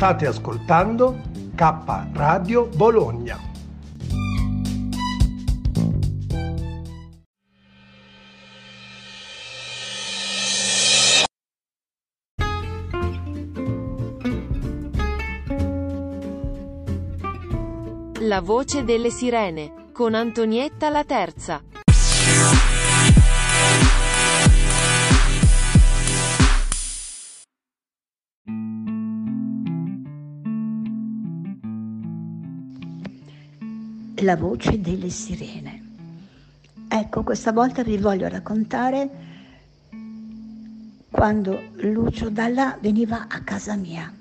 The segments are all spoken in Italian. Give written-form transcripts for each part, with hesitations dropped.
State ascoltando K Radio Bologna. La voce delle sirene, con Antonietta La Terza. La voce delle sirene. Ecco, questa volta vi voglio raccontare quando Lucio Dalla veniva a casa mia.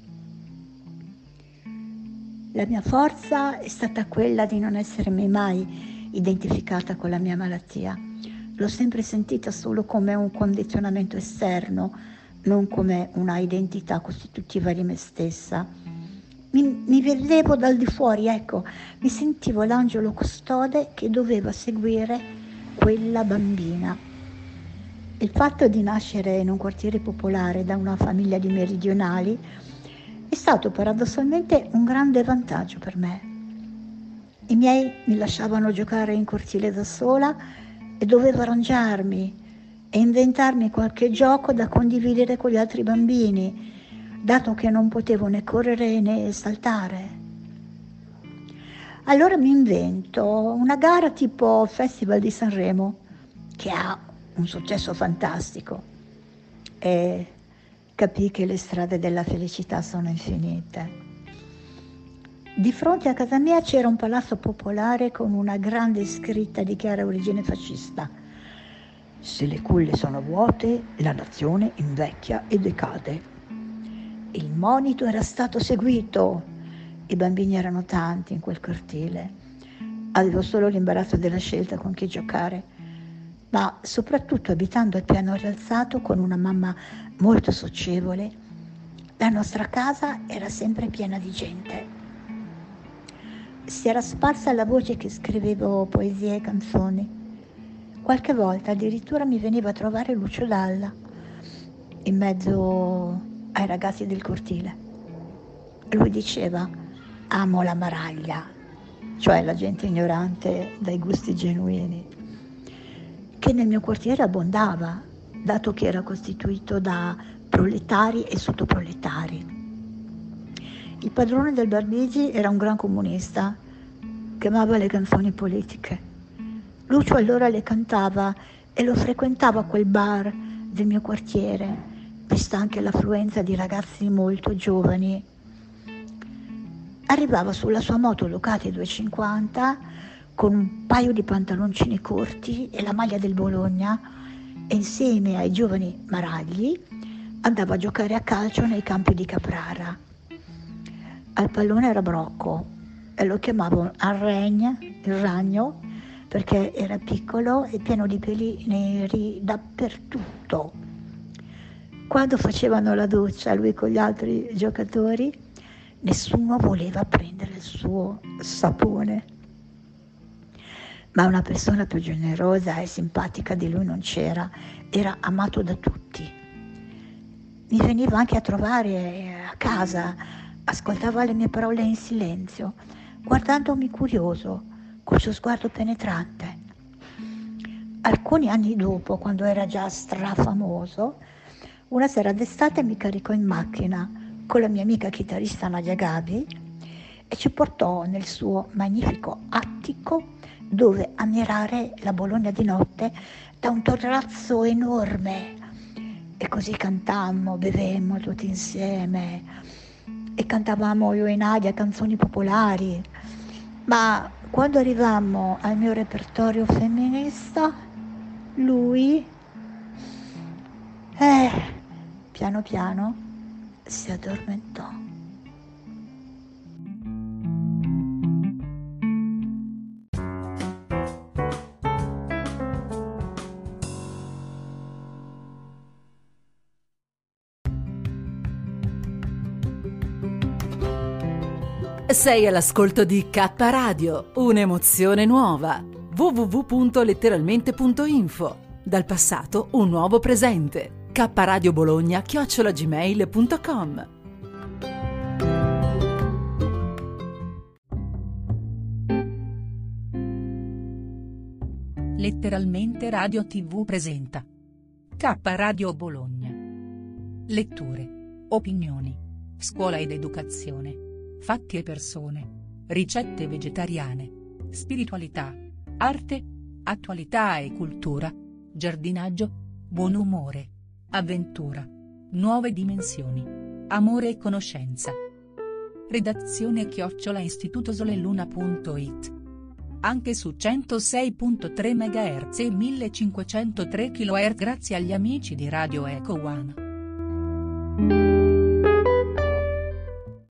La mia forza è stata quella di non essermi mai identificata con la mia malattia. L'ho sempre sentita solo come un condizionamento esterno, non come una identità costitutiva di me stessa. Mi vedevo dal di fuori, ecco, mi sentivo l'angelo custode che doveva seguire quella bambina. Il fatto di nascere in un quartiere popolare da una famiglia di meridionali è stato paradossalmente un grande vantaggio per me. I miei mi lasciavano giocare in cortile da sola e dovevo arrangiarmi e inventarmi qualche gioco da condividere con gli altri bambini, dato che non potevo né correre né saltare. Allora mi invento una gara tipo Festival di Sanremo, che ha un successo fantastico, e capii che le strade della felicità sono infinite. Di fronte a casa mia c'era un palazzo popolare con una grande scritta di chiara origine fascista. Se le culle sono vuote, la nazione invecchia e decade. Il monito era stato seguito. I bambini erano tanti in quel cortile. Avevo solo l'imbarazzo della scelta con chi giocare, ma soprattutto abitando al piano rialzato con una mamma molto socievole, la nostra casa era sempre piena di gente. Si era sparsa la voce che scrivevo poesie e canzoni. Qualche volta addirittura mi veniva a trovare Lucio Dalla in mezzo ai ragazzi del cortile. Lui diceva: amo la maraglia, cioè la gente ignorante dai gusti genuini, che nel mio quartiere abbondava, dato che era costituito da proletari e sottoproletari. Il padrone del Barbigi era un gran comunista che amava le canzoni politiche. Lucio allora le cantava e lo frequentava quel bar del mio quartiere, vista anche l'affluenza di ragazzi molto giovani. Arrivava sulla sua moto Ducati 250 con un paio di pantaloncini corti e la maglia del Bologna, e insieme ai giovani maragli andava a giocare a calcio nei campi di Caprara. Al pallone era Brocco e lo chiamavo il ragno, perché era piccolo e pieno di peli neri dappertutto. Quando facevano la doccia lui con gli altri giocatori, nessuno voleva prendere il suo sapone. Ma una persona più generosa e simpatica di lui non c'era, era amato da tutti. Mi veniva anche a trovare a casa, ascoltava le mie parole in silenzio, guardandomi curioso, col suo sguardo penetrante. Alcuni anni dopo, quando era già strafamoso, una sera d'estate mi caricò in macchina con la mia amica chitarrista Nadia Gabi e ci portò nel suo magnifico attico dove ammirare la Bologna di notte da un terrazzo enorme. E così cantammo, bevemmo tutti insieme e cantavamo io e Nadia canzoni popolari. Ma quando arrivammo al mio repertorio femminista, lui, piano piano si addormentò. Sei all'ascolto di K Radio, un'emozione nuova. www.letteralmente.info. Dal passato un nuovo presente. kradiobologna@gmail.com. Letteralmente Radio TV presenta K Radio Bologna. Letture, opinioni, scuola ed educazione, fatti e persone, ricette vegetariane, spiritualità, arte, attualità e cultura, giardinaggio, buon umore, avventura, nuove dimensioni, amore e conoscenza. Redazione @istitutosoleluna.it. Anche su 106.3 MHz e 1503 kHz grazie agli amici di Radio Eco One.